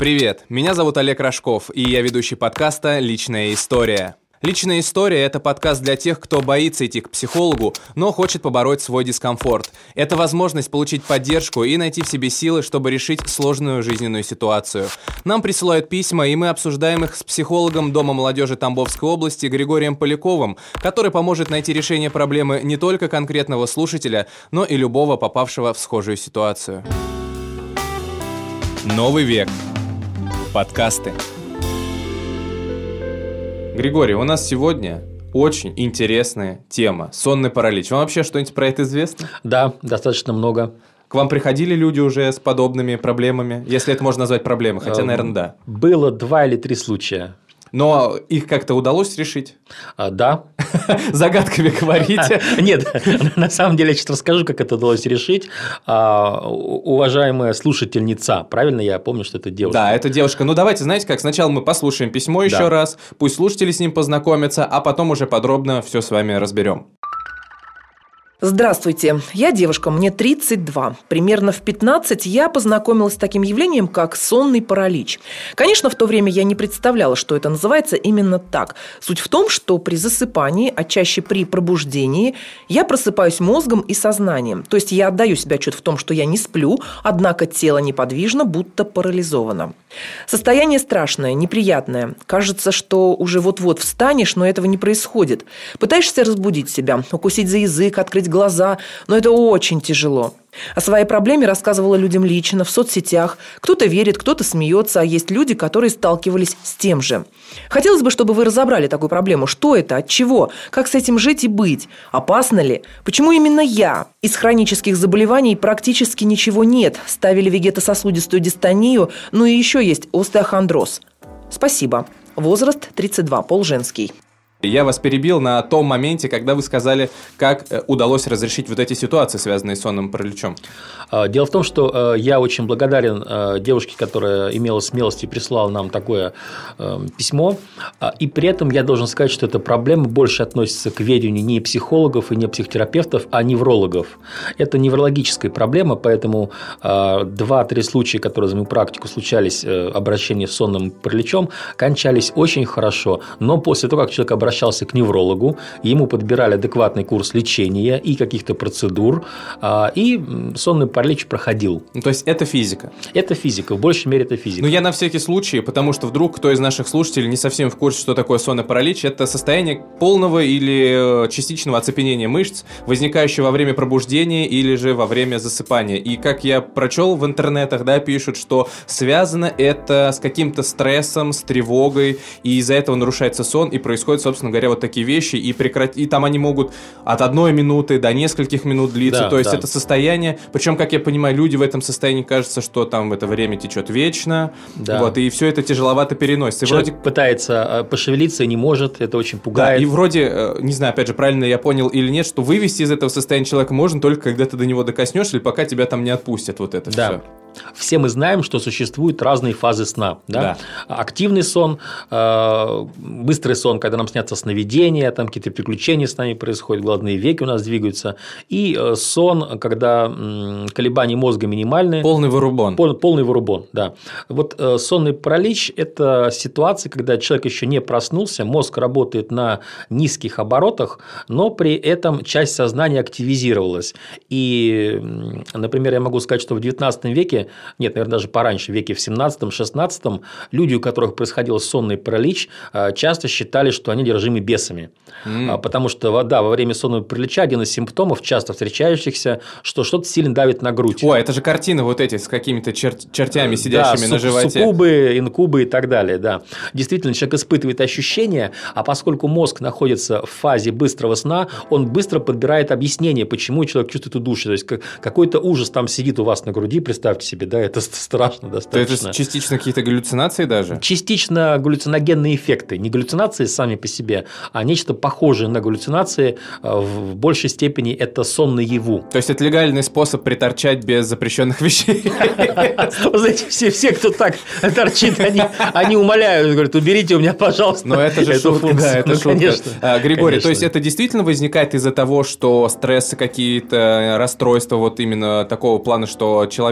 Привет, меня зовут Олег Рожков, и я ведущий подкаста «Личная история». «Личная история» — это подкаст для тех, кто боится идти к психологу, но хочет побороть свой дискомфорт. Это возможность получить поддержку и найти в себе силы, чтобы решить сложную жизненную ситуацию. Нам присылают письма, и мы обсуждаем их с психологом Дома молодежи Тамбовской области Григорием Поляковым, который поможет найти решение проблемы не только конкретного слушателя, но и любого попавшего в схожую ситуацию. Новый век. Подкасты. Григорий, у нас сегодня очень интересная тема – сонный паралич. Вам вообще что-нибудь про это известно? Да, достаточно много. К вам приходили люди уже с подобными проблемами? Если это можно назвать проблемой, хотя, наверное, да. Было 2 или 3 случая. Но их как-то удалось решить? Да. Загадками говорите? Нет, на самом деле я сейчас расскажу, как это удалось решить. Уважаемая слушательница, правильно я помню, что это девушка? Да, это девушка. Ну, давайте, знаете как, сначала мы послушаем письмо еще раз, пусть слушатели с ним познакомятся, а потом уже подробно все с вами разберем. Здравствуйте, я девушка, мне 32. Примерно в 15 я познакомилась с таким явлением, как сонный паралич. Конечно, в то время я не представляла, что это называется именно так. Суть в том, что при засыпании, а чаще при пробуждении, я просыпаюсь мозгом и сознанием. То есть я отдаю себе отчет в том, что я не сплю, однако тело неподвижно, будто парализовано. Состояние страшное, неприятное. Кажется, что уже вот-вот встанешь, но этого не происходит. Пытаешься разбудить себя, укусить за язык, открыть глаза, но это очень тяжело. О своей проблеме рассказывала людям лично, в соцсетях. Кто-то верит, кто-то смеется, а есть люди, которые сталкивались с тем же. Хотелось бы, чтобы вы разобрали такую проблему. Что это? От чего? Как с этим жить и быть? Опасно ли? Почему именно я? Из хронических заболеваний практически ничего нет. Ставили вегетососудистую дистонию, ну и еще есть остеохондроз. Спасибо. Возраст 32, пол женский. Я вас перебил на том моменте, когда вы сказали, как удалось разрешить вот эти ситуации, связанные с сонным параличом. Дело в том, что я очень благодарен девушке, которая имела смелость и прислала нам такое письмо. И при этом я должен сказать, что эта проблема больше относится к ведению не психологов и не психотерапевтов, а неврологов. Это неврологическая проблема, поэтому 2-3 случая, которые за мою практику случались, обращения с сонным параличом, кончались очень хорошо. Но после того, как человек обращался к неврологу, ему подбирали адекватный курс лечения и каких-то процедур, и сонный паралич проходил. Ну, то есть это физика? Это физика, в большей мере это физика. Ну, я на всякий случай, потому что вдруг кто из наших слушателей не совсем в курсе, что такое сонный паралич, это состояние полного или частичного оцепенения мышц, возникающее во время пробуждения или же во время засыпания. И как я прочел в интернетах, да, пишут, что связано это с каким-то стрессом, с тревогой, и из-за этого нарушается сон, и происходит, собственно говоря, вот такие вещи, и там они могут от 1 минуты до нескольких минут длиться, да, то есть да. это состояние, причем, как я понимаю, люди в этом состоянии, кажется, что там это время течет вечно, да. Вот, и все это тяжеловато переносится. Человек вроде пытается пошевелиться и не может, это очень пугает. Да, и вроде, не знаю, опять же, правильно я понял или нет, что вывести из этого состояния человека можно только когда ты до него докоснешься, или пока тебя там не отпустят, вот это все. Все мы знаем, что существуют разные фазы сна. Да? Активный сон, быстрый сон, когда нам снятся сновидения, там какие-то приключения с нами происходят, глазные веки у нас двигаются. И сон, когда колебания мозга минимальные. Полный вырубон. Полный вырубон, да. Вот сонный паралич – это ситуация, когда человек еще не проснулся, мозг работает на низких оборотах, но при этом часть сознания активизировалась. И, например, я могу сказать, что в 19 веке, нет, наверное, даже пораньше, в веке в 17-16, люди, у которых происходил сонный паралич, часто считали, что они одержимы бесами. Потому что, да, во время сонного паралича один из симптомов, часто встречающихся, что что-то сильно давит на грудь. Ой, это же картины вот эти с какими-то чертями, сидящими на животе. Суккубы, инкубы и так далее, да. Действительно, человек испытывает ощущения, а поскольку мозг находится в фазе быстрого сна, он быстро подбирает объяснение, почему человек чувствует удушье. То есть, какой-то ужас там сидит у вас на груди, представьте себе, да, это страшно достаточно. То это частично какие-то галлюцинации даже? Частично галлюциногенные эффекты. Не галлюцинации сами по себе, а нечто похожее на галлюцинации. В большей степени это сон наяву. То есть это легальный способ приторчать без запрещенных вещей? Вы знаете, все, кто так торчит, они умоляют, говорят, уберите у меня, пожалуйста. Но это же шутка, да, это шутка. Конечно. Григорий, то есть это действительно возникает из-за того, что стрессы какие-то, расстройства вот именно такого плана, что человек, у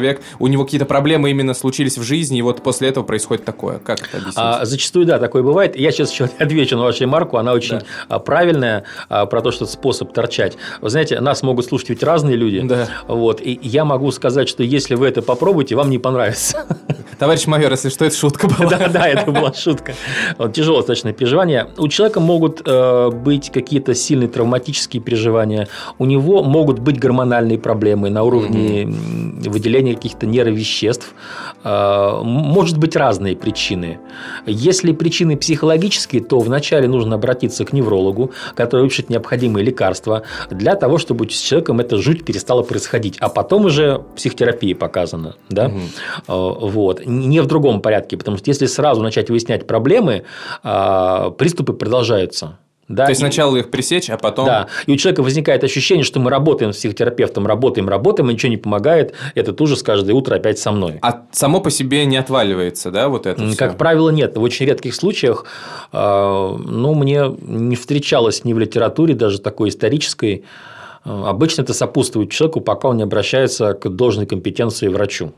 него какие-то проблемы именно случились в жизни, и вот после этого происходит такое. Как это объяснить? Зачастую, да, такое бывает. Я сейчас еще отвечу на вашу ремарку, она очень правильная, про то, что это способ торчать. Вы знаете, нас могут слушать ведь разные люди. Да. Вот, и я могу сказать, что если вы это попробуете, вам не понравится. Товарищ майор, если что, это шутка была. Да, это была шутка. Тяжелое достаточно переживание. У человека могут быть какие-то сильные травматические переживания, у него могут быть гормональные проблемы на уровне выделения каких-то нейровеществ. Может быть разные причины. Если причины психологические, то вначале нужно обратиться к неврологу, который выпишет необходимые лекарства для того, чтобы с человеком эта жуть перестала происходить. А потом уже психотерапия показана. Да? Вот. Не в другом порядке, потому что если сразу начать выяснять проблемы, приступы продолжаются. Да, то есть сначала их пресечь, а потом… Да, и у человека возникает ощущение, что мы работаем с психотерапевтом, работаем, и ничего не помогает, этот ужас каждое утро опять со мной. А само по себе не отваливается, да, вот это все? Как правило, нет. В очень редких случаях, мне не встречалось ни в литературе, даже такой исторической. Обычно это сопутствует человеку, пока он не обращается к должной компетенции врачу.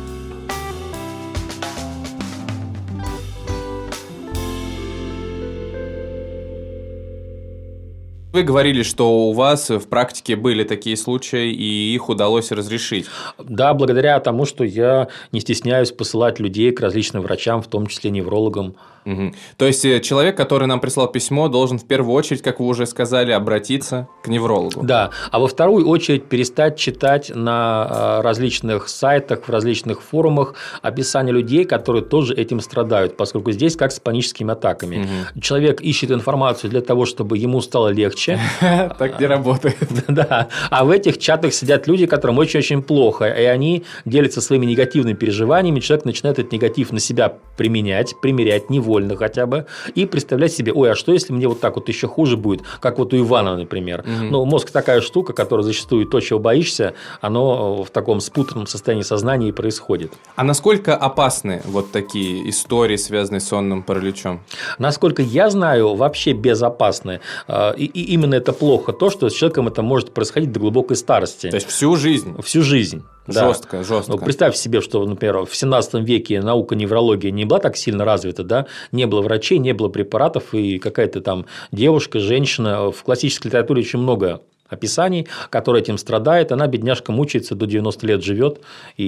Вы говорили, что у вас в практике были такие случаи, и их удалось разрешить. Да, благодаря тому, что я не стесняюсь посылать людей к различным врачам, в том числе неврологам. Угу. То есть человек, который нам прислал письмо, должен в первую очередь, как вы уже сказали, обратиться к неврологу. Да, а во вторую очередь перестать читать на различных сайтах, в различных форумах описания людей, которые тоже этим страдают, поскольку здесь как с паническими атаками. Угу. Человек ищет информацию для того, чтобы ему стало легче. Так не работает. Да. А в этих чатах сидят люди, которым очень-очень плохо, и они делятся своими негативными переживаниями, человек начинает этот негатив на себя примерять невольно хотя бы, и представлять себе, а что если мне вот так вот еще хуже будет, как вот у Ивана, например. Ну, мозг такая штука, которая зачастую то, чего боишься, оно в таком спутанном состоянии сознания и происходит. А насколько опасны вот такие истории, связанные с сонным параличом? Насколько я знаю, вообще безопасны. И именно это плохо, то, что с человеком это может происходить до глубокой старости. То есть всю жизнь? Всю жизнь. Да. Жестко. Представь себе, что, например, в 17 веке наука неврологии не была так сильно развита, да, не было врачей, не было препаратов, и какая-то там девушка, женщина, в классической литературе очень много описаний, которая этим страдает, она, бедняжка, мучается, до 90 лет живет,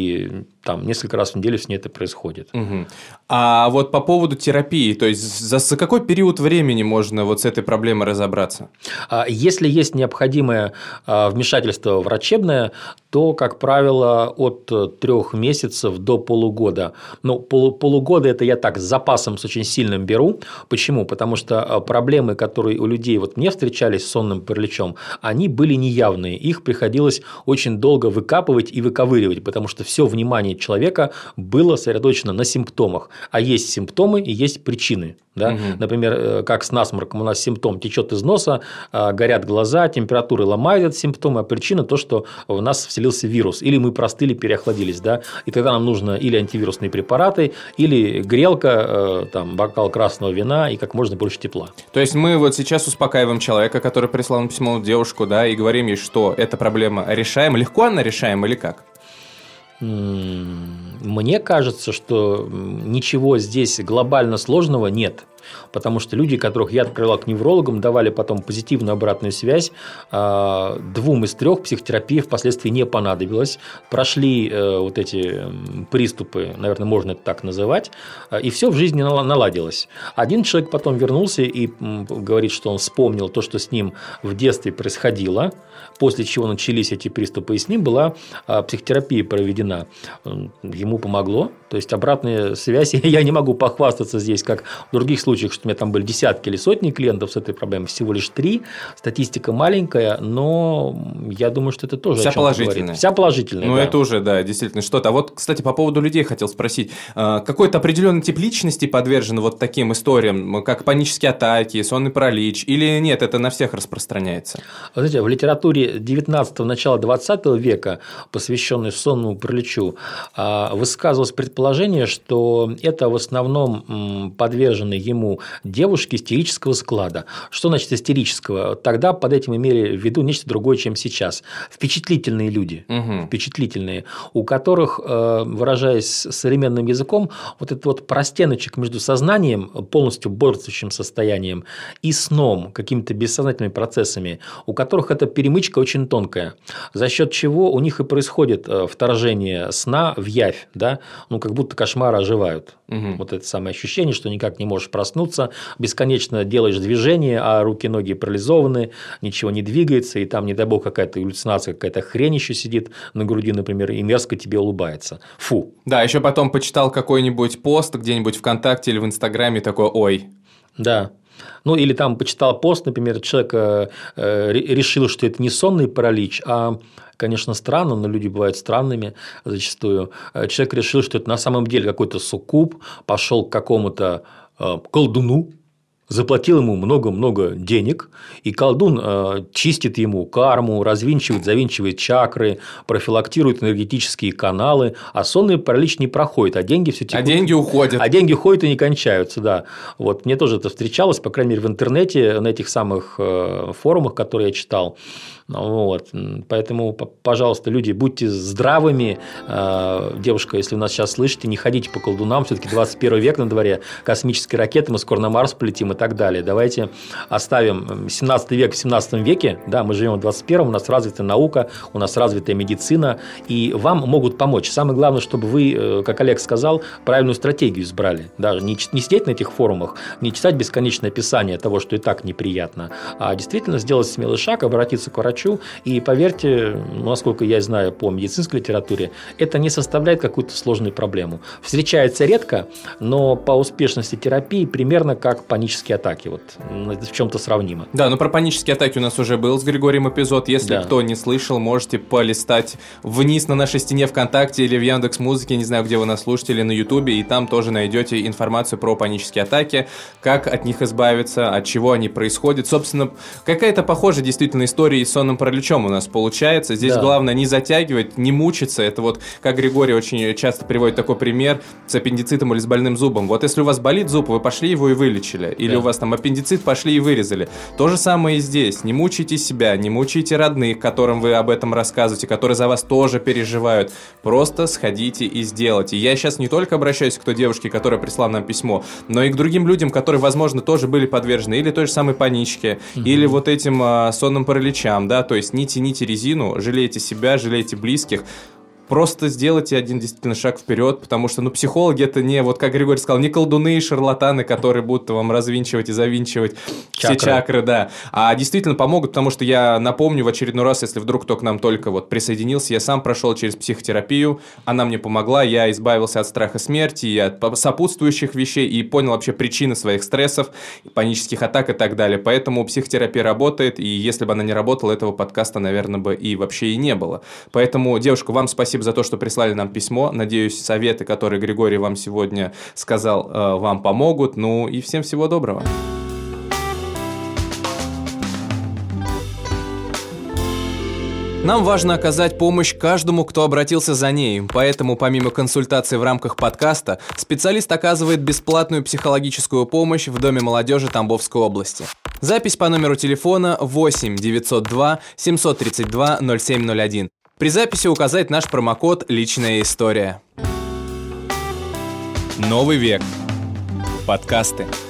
и там несколько раз в неделю с ней это происходит. Угу. А вот по поводу терапии, то есть за какой период времени можно вот с этой проблемой разобраться? Если есть необходимое вмешательство врачебное, то, как правило, от 3 месяцев до полугода. Полугода – это я так с запасом с очень сильным беру. Почему? Потому что проблемы, которые у людей вот мне встречались с сонным параличом, они были неявные. Их приходилось очень долго выкапывать и выковыривать, потому что все внимание человека было сосредоточено на симптомах. А есть симптомы и есть причины. Да? Угу. Например, как с насморком у нас симптом течет из носа, горят глаза, температуры ломают этот симптом, а причина то, что в нас вселился вирус, или мы простыли, переохладились. Да? И тогда нам нужно или антивирусные препараты, или грелка, бокал красного вина и как можно больше тепла. То есть мы вот сейчас успокаиваем человека, который прислал нам письмо, девушку, да, и говорим ей, что эта проблема решаема. Легко она решаема или как? Мне кажется, что ничего здесь глобально сложного нет. Потому что люди, которых я отправлял к неврологам, давали потом позитивную обратную связь. 2 из 3 психотерапии впоследствии не понадобилось. Прошли вот эти приступы, наверное, можно это так называть, и все в жизни наладилось. Один человек потом вернулся и говорит, что он вспомнил то, что с ним в детстве происходило, после чего начались эти приступы, и с ним была психотерапия проведена. Ему помогло. То есть обратная связь, я не могу похвастаться здесь, как в других случаях, что у меня там были десятки или сотни клиентов с этой проблемой, всего лишь 3. Статистика маленькая, но я думаю, что это тоже вся положительная. Вся положительная. Ну, да. Это уже, да, действительно что-то. А вот, кстати, по поводу людей хотел спросить. Какой-то определенный тип личности подвержен вот таким историям, как панические атаки, сонный паралич, или нет, это на всех распространяется? Вы знаете, в литературе 19-го, начала 20 века, посвященной сонному параличу, высказывалось предположение, что это в основном подвержены ему по-моему, девушки истерического склада. Что значит истерического? Тогда под этим имели в виду нечто другое, чем сейчас. Впечатлительные люди, впечатлительные, у которых, выражаясь современным языком, вот этот вот простеночек между сознанием, полностью бодрствующим состоянием, и сном, какими-то бессознательными процессами, у которых эта перемычка очень тонкая, за счет чего у них и происходит вторжение сна в явь, да? Как будто кошмары оживают. Вот это самое ощущение, что никак не можешь проснуться, бесконечно делаешь движения, а руки, ноги парализованы, ничего не двигается, и там, не дай бог, какая-то галлюцинация, какая-то хрень еще сидит на груди, например, и мерзко тебе улыбается. Фу. Да, еще потом почитал какой-нибудь пост где-нибудь ВКонтакте или в Инстаграме, такой: ой. Да. Или там почитал пост, например, человек решил, что это не сонный паралич, а, конечно, странно, но люди бывают странными зачастую. Человек решил, что это на самом деле какой-то суккуб, пошел к какому-то колдуну, заплатил ему много-много денег, и колдун чистит ему карму, развинчивает, завинчивает чакры, профилактирует энергетические каналы, а сонный паралич не проходит, а деньги все текут. А деньги уходят. А деньги уходят и не кончаются, да. Вот мне тоже это встречалось, по крайней мере, в интернете, на этих самых форумах, которые я читал. Вот. Поэтому, пожалуйста, люди, будьте здравыми. Девушка, если вы нас сейчас слышите, не ходите по колдунам. Все-таки 21 век на дворе, космические ракеты, мы скоро на Марс полетим и так далее. Давайте оставим 17 век в 17 веке. Да, мы живем в 21-м, у нас развита наука, у нас развитая медицина, и вам могут помочь. Самое главное, чтобы вы, как Олег сказал, правильную стратегию избрали. Даже не сидеть на этих форумах, не читать бесконечное описание того, что и так неприятно, а действительно сделать смелый шаг, обратиться к врачу. И поверьте, насколько я знаю по медицинской литературе, это не составляет какую-то сложную проблему. Встречается редко, но по успешности терапии примерно как панические атаки. Вот в чем-то сравнимо. Да, но про панические атаки у нас уже был с Григорием эпизод. Если кто не слышал, можете полистать вниз на нашей стене ВКонтакте или в Яндекс.Музыке, не знаю, где вы нас слушаете, или на Ютубе, и там тоже найдете информацию про панические атаки, как от них избавиться, от чего они происходят. Собственно, какая-то похожая действительно история с сонным параличом у нас получается. Здесь главное не затягивать, не мучиться. Это вот, как Григорий очень часто приводит такой пример с аппендицитом или с больным зубом. Вот если у вас болит зуб, вы пошли его и вылечили. Или у вас там аппендицит, пошли и вырезали. То же самое и здесь. Не мучайте себя, не мучайте родных, которым вы об этом рассказываете, которые за вас тоже переживают. Просто сходите и сделайте. Я сейчас не только обращаюсь к той девушке, которая прислала нам письмо, но и к другим людям, которые, возможно, тоже были подвержены или той же самой паничке, или вот этим сонным параличам, да, то есть не тяните резину, жалейте себя, жалейте близких. Просто сделайте один действительно шаг вперед, потому что, психологи это не, вот как Григорий сказал, не колдуны и шарлатаны, которые будут вам развинчивать и завинчивать все чакры, да, а действительно помогут, потому что я напомню в очередной раз, если вдруг кто к нам только вот присоединился, я сам прошел через психотерапию, она мне помогла, я избавился от страха смерти и от сопутствующих вещей и понял вообще причины своих стрессов, панических атак и так далее, поэтому психотерапия работает, и если бы она не работала, этого подкаста, наверное, бы и вообще и не было. Поэтому, девушка, вам спасибо за то, что прислали нам письмо. Надеюсь, советы, которые Григорий вам сегодня сказал, вам помогут. И всем всего доброго. Нам важно оказать помощь каждому, кто обратился за ней, поэтому помимо консультаций в рамках подкаста, специалист оказывает бесплатную психологическую помощь в Доме молодежи Тамбовской области. Запись по номеру телефона 8 902 732 0701. При записи указать наш промокод «Личная история». Новый век. Подкасты.